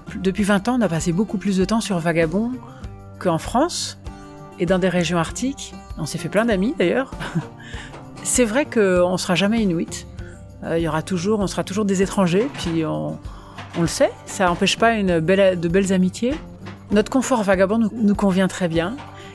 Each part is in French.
depuis 20 ans, on a passé beaucoup plus de temps sur Vagabond qu'en France et dans des régions arctiques. On s'est fait plein d'amis d'ailleurs. C'est vrai qu'on ne sera jamais inuit. On sera toujours des étrangers, puis on le sait, ça n'empêche pas de belles amitiés. Notre confort vagabond nous convient très bien.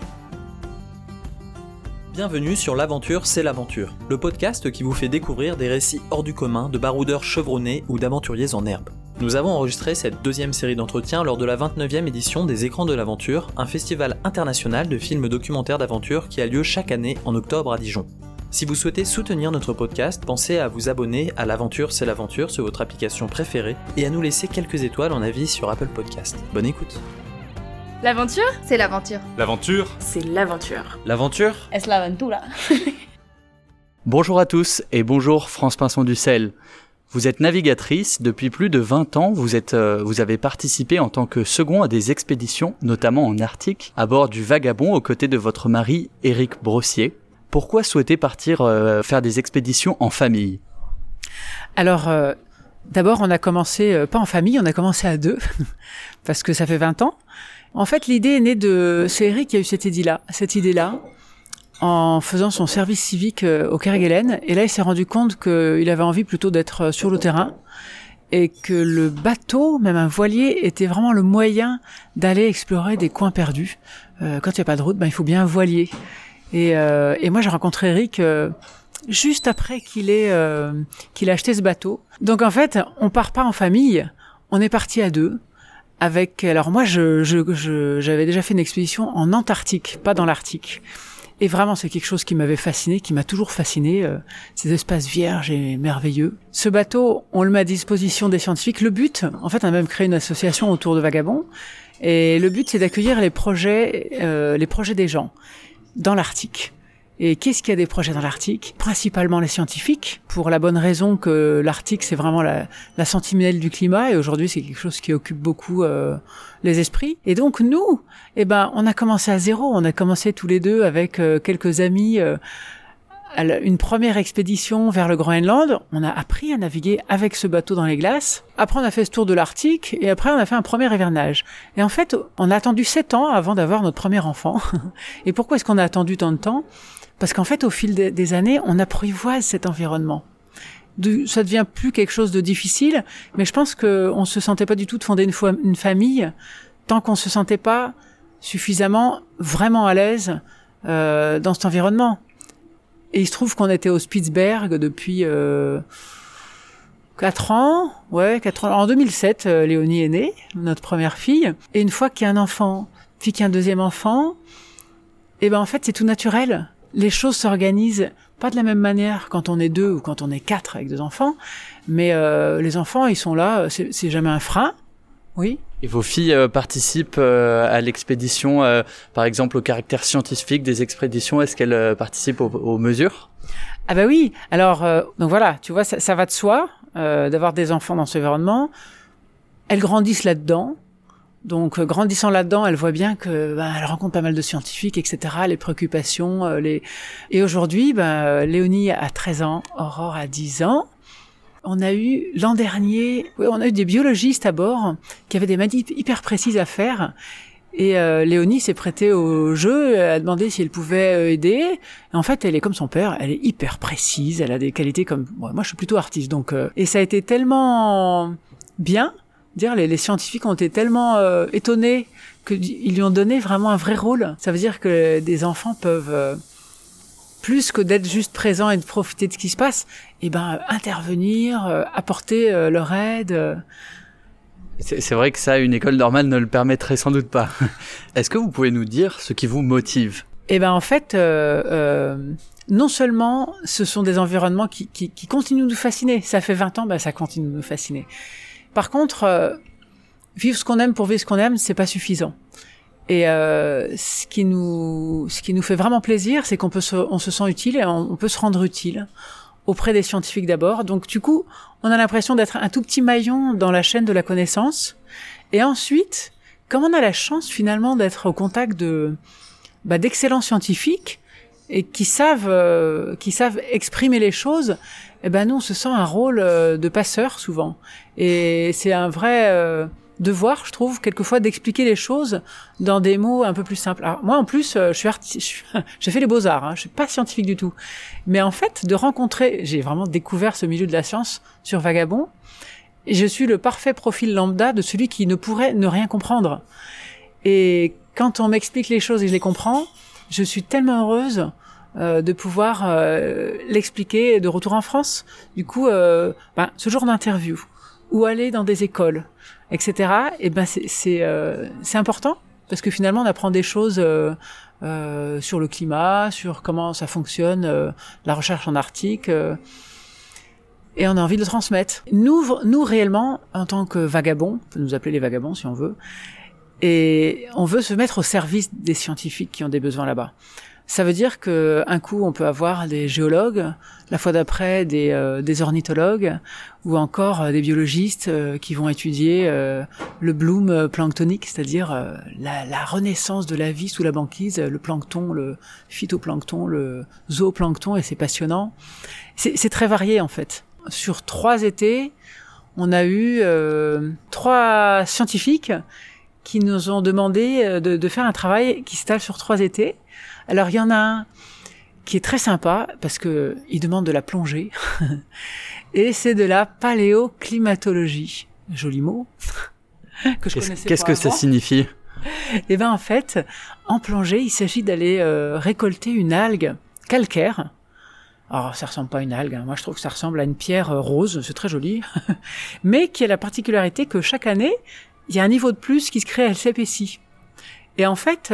Bienvenue sur L'Aventure, c'est l'aventure, le podcast qui vous fait découvrir des récits hors du commun de baroudeurs chevronnés ou d'aventuriers en herbe. Nous avons enregistré cette deuxième série d'entretiens lors de la 29e édition des Écrans de l'Aventure, un festival international de films documentaires d'aventure qui a lieu chaque année en octobre à Dijon. Si vous souhaitez soutenir notre podcast, pensez à vous abonner à L'Aventure, c'est l'aventure sur votre application préférée et à nous laisser quelques étoiles en avis sur Apple Podcast. Bonne écoute. L'aventure, c'est l'aventure. L'aventure, c'est l'aventure. L'aventure, es l'aventura. Bonjour à tous et bonjour France Pinson du Sel. Vous êtes navigatrice, depuis plus de 20 ans, vous avez participé en tant que second à des expéditions, notamment en Arctique, à bord du Vagabond aux côtés de votre mari Éric Brossier. Pourquoi souhaiter partir faire des expéditions en famille ? Alors, d'abord, on a commencé, pas en famille, on a commencé à deux, parce que ça fait 20 ans. En fait, l'idée est née c'est Éric qui a eu cette idée-là, en faisant son service civique au Kerguelen. Et là, il s'est rendu compte qu'il avait envie plutôt d'être sur le terrain et que le bateau, même un voilier, était vraiment le moyen d'aller explorer des coins perdus. Quand il n'y a pas de route, il faut bien un voilier. Et moi, j'ai rencontré Éric juste après qu'il ait acheté ce bateau. Donc, en fait, on part pas en famille, on est parti à deux. Alors moi, j'avais déjà fait une expédition en Antarctique, pas dans l'Arctique. Et vraiment, c'est quelque chose qui m'avait fasciné, qui m'a toujours fasciné, ces espaces vierges et merveilleux. Ce bateau, on le met à disposition des scientifiques. Le but, en fait, on a même créé une association autour de Vagabond. Et le but, c'est d'accueillir les projets des gens dans l'Arctique. Et qu'est-ce qu'il y a des projets dans l'Arctique ? Principalement les scientifiques, pour la bonne raison que l'Arctique, c'est vraiment la sentinelle du climat, et aujourd'hui, c'est quelque chose qui occupe beaucoup les esprits. Et donc, nous, on a commencé à zéro. On a commencé tous les deux avec quelques amis une première expédition vers le Groenland. On a appris à naviguer avec ce bateau dans les glaces. Après, on a fait ce tour de l'Arctique, et après, on a fait un premier hivernage. Et en fait, on a attendu 7 ans avant d'avoir notre premier enfant. Et pourquoi est-ce qu'on a attendu tant de temps ? Parce qu'en fait, au fil des années, on apprivoise cet environnement. Ça devient plus quelque chose de difficile, mais je pense qu'on se sentait pas du tout de fonder une famille tant qu'on se sentait pas suffisamment vraiment à l'aise dans cet environnement. Et il se trouve qu'on était au Spitzberg depuis 4 ans. En 2007, Léonie est née, notre première fille. Et une fois qu'il y a un enfant, puis qu'il y a un deuxième enfant, en fait, c'est tout naturel. Les choses s'organisent pas de la même manière quand on est 2 ou quand on est 4 avec 2 enfants, mais les enfants, ils sont là, c'est jamais un frein, oui. Et vos filles participent à l'expédition, par exemple au caractère scientifique des expéditions, est-ce qu'elles participent aux mesures ? Ah bah oui, alors, donc voilà, tu vois, ça va de soi d'avoir des enfants dans ce environnement, elles grandissent là-dedans. Donc, grandissant là-dedans, elle voit bien que elle rencontre pas mal de scientifiques, etc., les préoccupations, Et aujourd'hui, Léonie a 13 ans, Aurore a 10 ans. On a eu, l'an dernier, on a eu des biologistes à bord qui avaient des manips hyper précises à faire. Et Léonie s'est prêtée au jeu, elle a demandé si elle pouvait aider. Et en fait, elle est comme son père, elle est hyper précise, elle a des qualités comme... moi, je suis plutôt artiste, donc... Et ça a été tellement bien... Les scientifiques ont été tellement étonnés qu'ils lui ont donné vraiment un vrai rôle. Ça veut dire que des enfants peuvent, plus que d'être juste présents et de profiter de ce qui se passe, intervenir, apporter leur aide. C'est vrai que ça, une école normale ne le permettrait sans doute pas. Est-ce que vous pouvez nous dire ce qui vous motive ? En fait, non seulement ce sont des environnements qui continuent de nous fasciner. Ça fait 20 ans, ça continue de nous fasciner. Par contre, vivre ce qu'on aime pour vivre ce qu'on aime, c'est pas suffisant. Et ce qui nous fait vraiment plaisir, c'est on se sent utile et on peut se rendre utile auprès des scientifiques d'abord. Donc du coup, on a l'impression d'être un tout petit maillon dans la chaîne de la connaissance. Et ensuite, comme on a la chance finalement d'être au contact d'excellents scientifiques et qui savent exprimer les choses, nous on se sent un rôle de passeur souvent. Et c'est un vrai devoir, je trouve, quelquefois d'expliquer les choses dans des mots un peu plus simples. Alors, moi, en plus, j'ai fait les beaux-arts, hein, je suis pas scientifique du tout. Mais en fait, j'ai vraiment découvert ce milieu de la science sur Vagabond, et je suis le parfait profil lambda de celui qui ne pourrait ne rien comprendre. Et quand on m'explique les choses et je les comprends, je suis tellement heureuse de pouvoir l'expliquer de retour en France. Du coup, ce genre d'interview, ou aller dans des écoles, etc. Et c'est important parce que finalement on apprend des choses sur le climat, sur comment ça fonctionne, la recherche en Arctique, et on a envie de le transmettre. Nous réellement, en tant que vagabonds, on peut nous appeler les vagabonds si on veut, et on veut se mettre au service des scientifiques qui ont des besoins là-bas. Ça veut dire que un coup on peut avoir des géologues, la fois d'après des ornithologues, ou encore des biologistes qui vont étudier le bloom planctonique, c'est-à-dire la renaissance de la vie sous la banquise, le plancton, le phytoplancton, le zooplancton, et c'est passionnant. C'est très varié en fait. Sur 3 étés, on a eu 3 scientifiques qui nous ont demandé de faire un travail qui s'étale sur 3 étés. Alors, il y en a un qui est très sympa parce que il demande de la plongée et c'est de la paléoclimatologie. Joli mot que je connaissais pas. Qu'est-ce que ça signifie? Eh ben, en fait, en plongée, il s'agit d'aller récolter une algue calcaire. Alors, ça ressemble pas à une algue, hein. Moi, je trouve que ça ressemble à une pierre rose, c'est très joli, mais qui a la particularité que chaque année, il y a un niveau de plus qui se crée, elle s'épaissit. Et en fait,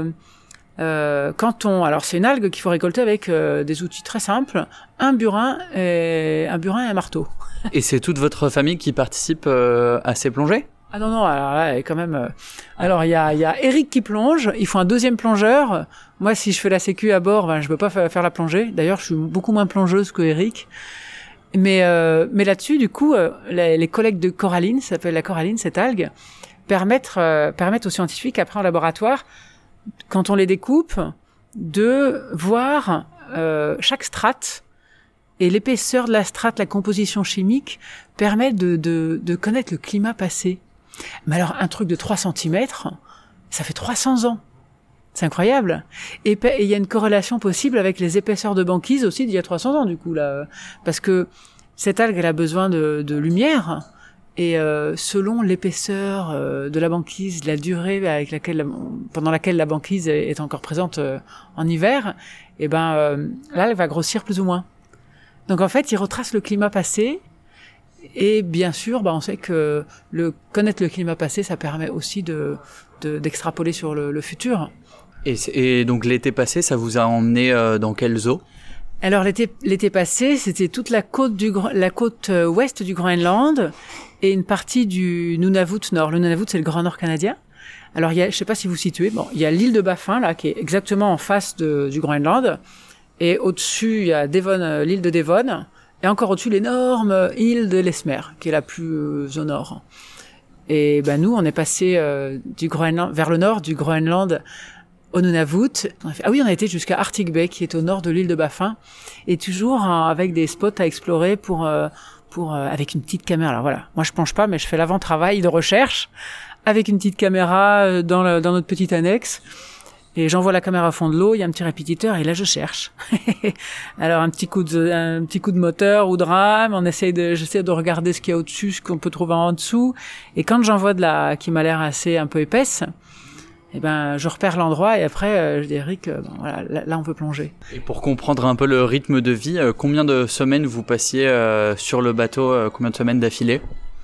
alors c'est une algue qu'il faut récolter avec des outils très simples, un burin et un marteau. Et c'est toute votre famille qui participe à ces plongées? Ah non, alors là, quand même. Alors il y a Eric qui plonge, il faut un 2e plongeur. Moi, si je fais la sécu à bord, je peux pas faire la plongée. D'ailleurs, je suis beaucoup moins plongeuse que Eric. Mais là-dessus, du coup, les collègues de coralline, ça s'appelle la coralline, cette algue, permettent aux scientifiques après en laboratoire, quand on les découpe, de voir chaque strate, et l'épaisseur de la strate, la composition chimique, permet de connaître le climat passé. Mais alors, un truc de 3 cm, ça fait 300 ans. C'est incroyable. Et il y a une corrélation possible avec les épaisseurs de banquise aussi d'il y a 300 ans, du coup, là. Parce que cette algue, elle a besoin de lumière. Et selon l'épaisseur de la banquise, la durée pendant laquelle la banquise est encore présente en hiver, là, elle va grossir plus ou moins. Donc en fait, il retrace le climat passé, et bien sûr, on sait que connaître le climat passé, ça permet aussi d'extrapoler sur le futur. Et donc l'été passé, ça vous a emmené dans quelle zoo? Alors l'été passé, c'était toute la côte ouest du Groenland et une partie du Nunavut Nord. Le Nunavut, c'est le Grand Nord canadien. Alors je sais pas si vous situez, il y a l'île de Baffin là qui est exactement en face du Groenland, et au-dessus il y a l'île de Devon, et encore au-dessus l'énorme île de l'Esmer qui est la plus au nord. Et nous on est passé du Groenland vers le nord du Groenland au Nunavut. On a été jusqu'à Arctic Bay qui est au nord de l'île de Baffin, et toujours avec des spots à explorer pour avec une petite caméra. Alors voilà, moi je plonge pas, mais je fais l'avant-travail de recherche avec une petite caméra dans notre petite annexe, et j'envoie la caméra au fond de l'eau, il y a un petit répétiteur, et là je cherche. Alors un petit coup de moteur ou de rame, j'essaie de regarder ce qu'il y a au-dessus, ce qu'on peut trouver en dessous, et quand j'en vois qui m'a l'air assez un peu épaisse, je repère l'endroit, et après je dis Eric, là on peut plonger. Et pour comprendre un peu le rythme de vie, combien de semaines vous passiez sur le bateau, combien de semaines d'affilée?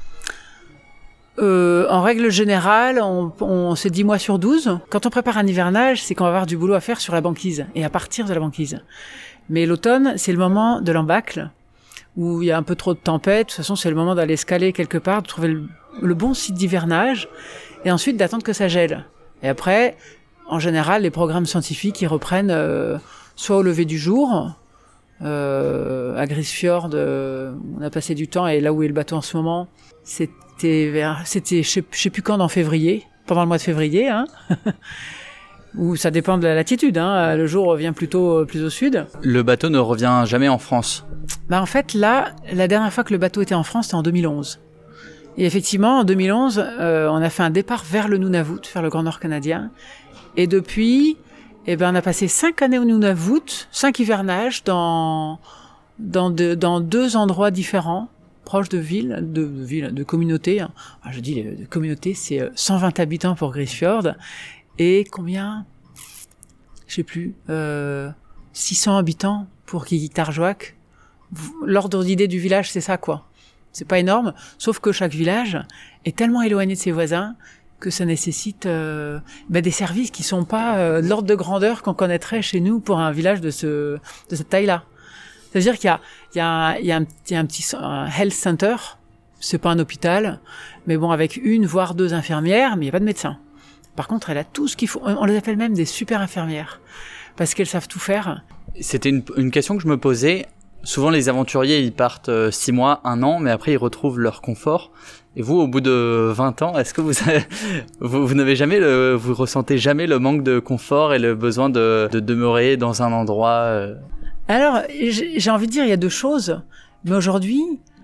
En règle générale, on c'est 10 mois sur 12. Quand on prépare un hivernage, c'est qu'on va avoir du boulot à faire sur la banquise et à partir de la banquise. Mais l'automne, c'est le moment de l'embâcle, où il y a un peu trop de tempête. De toute façon, c'est le moment d'aller escaler quelque part, de trouver le bon site d'hivernage, et ensuite d'attendre que ça gèle. Et après, en général, les programmes scientifiques, ils reprennent soit au lever du jour, à Grisfjord, on a passé du temps, et là où est le bateau en ce moment, c'était je sais plus quand, en février, pendant le mois de février, ou ça dépend de la latitude, le jour revient plutôt plus au sud. Le bateau ne revient jamais en France? En fait, là, la dernière fois que le bateau était en France, c'était en 2011. Et effectivement, en 2011, on a fait un départ vers le Nunavut, vers le Grand Nord canadien. Et depuis, on a passé 5 années au Nunavut, 5 hivernages dans 2 endroits différents, proches de villes, de communautés. Alors, je dis les communautés, c'est 120 habitants pour Grisfjord. Et combien? Je sais plus. 600 habitants pour Qikiqtarjuaq. L'ordre d'idée du village, c'est ça, quoi. C'est pas énorme, sauf que chaque village est tellement éloigné de ses voisins que ça nécessite des services qui sont pas de l'ordre de grandeur qu'on connaîtrait chez nous pour un village de cette taille-là. C'est-à-dire qu'il y a un petit health center, c'est pas un hôpital, mais bon, avec 1 voire 2 infirmières, mais il n'y a pas de médecin. Par contre, elle a tout ce qu'il faut. On les appelle même des super infirmières, parce qu'elles savent tout faire. C'était une question que je me posais. Souvent, les aventuriers, ils partent 6 mois, 1 an, mais après, ils retrouvent leur confort. Et vous, au bout de 20 ans, est-ce que vous n'avez jamais vous ressentez jamais le manque de confort et le besoin de demeurer dans un endroit Alors, j'ai envie de dire, il y a 2 choses. Mais aujourd'hui,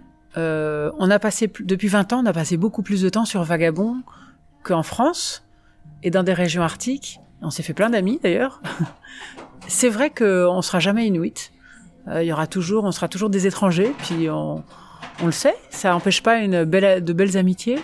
depuis 20 ans, on a passé beaucoup plus de temps sur Vagabond qu'en France et dans des régions arctiques. On s'est fait plein d'amis, d'ailleurs. C'est vrai qu'on sera jamais Inuit. On sera toujours des étrangers, puis on le sait, ça n'empêche pas de belles amitiés.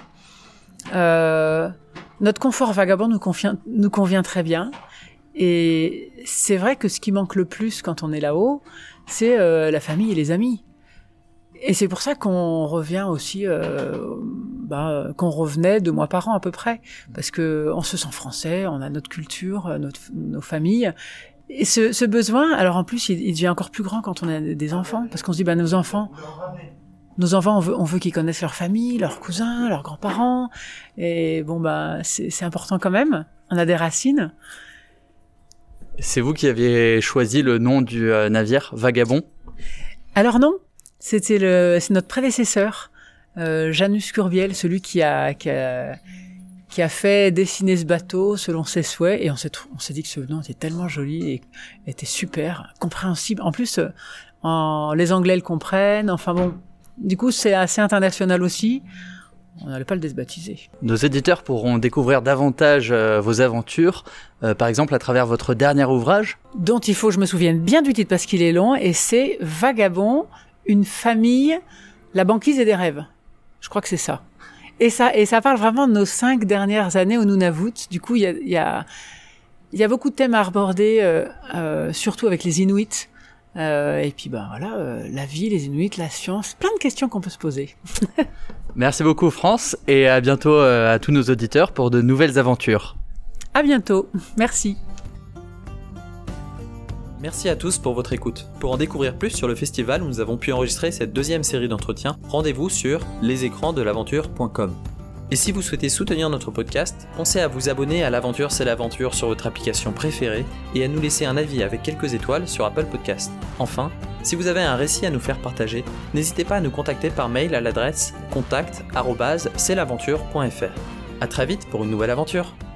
Notre confort vagabond nous convient très bien. Et c'est vrai que ce qui manque le plus quand on est là-haut, c'est la famille et les amis. Et c'est pour ça qu'on revient aussi, qu'on revenait 2 mois par an à peu près, parce que on se sent français, on a notre culture, nos familles. Et ce besoin, alors en plus, il devient encore plus grand quand on a des enfants, parce qu'on se dit, nos enfants, on veut qu'ils connaissent leur famille, leurs cousins, leurs grands-parents, et c'est important quand même. On a des racines. C'est vous qui aviez choisi le nom du navire, Vagabond? Alors non, c'est notre prédécesseur, Janus Curbiel, celui qui a fait dessiner ce bateau selon ses souhaits, et on s'est dit que ce nom était tellement joli et était super, compréhensible. En plus, les Anglais le comprennent, enfin bon, du coup c'est assez international aussi, on n'allait pas le désbaptiser. Nos éditeurs pourront découvrir davantage vos aventures, par exemple à travers votre dernier ouvrage. Dont il faut que je me souvienne bien du titre parce qu'il est long, et c'est Vagabond, une famille, la banquise et des rêves. Je crois que c'est ça. Et ça parle vraiment de nos 5 dernières années au Nunavut. Du coup, il y a beaucoup de thèmes à aborder, surtout avec les Inuits. Et puis, la vie, les Inuits, la science, plein de questions qu'on peut se poser. Merci beaucoup, France, et à bientôt à tous nos auditeurs pour de nouvelles aventures. À bientôt. Merci. Merci à tous pour votre écoute. Pour en découvrir plus sur le festival où nous avons pu enregistrer cette 2e série d'entretiens, rendez-vous sur lesécransdelaventure.com. Et si vous souhaitez soutenir notre podcast, pensez à vous abonner à l'Aventure c'est l'aventure sur votre application préférée et à nous laisser un avis avec quelques étoiles sur Apple Podcast. Enfin, si vous avez un récit à nous faire partager, n'hésitez pas à nous contacter par mail à l'adresse contact@cestlaventure.fr. À très vite pour une nouvelle aventure.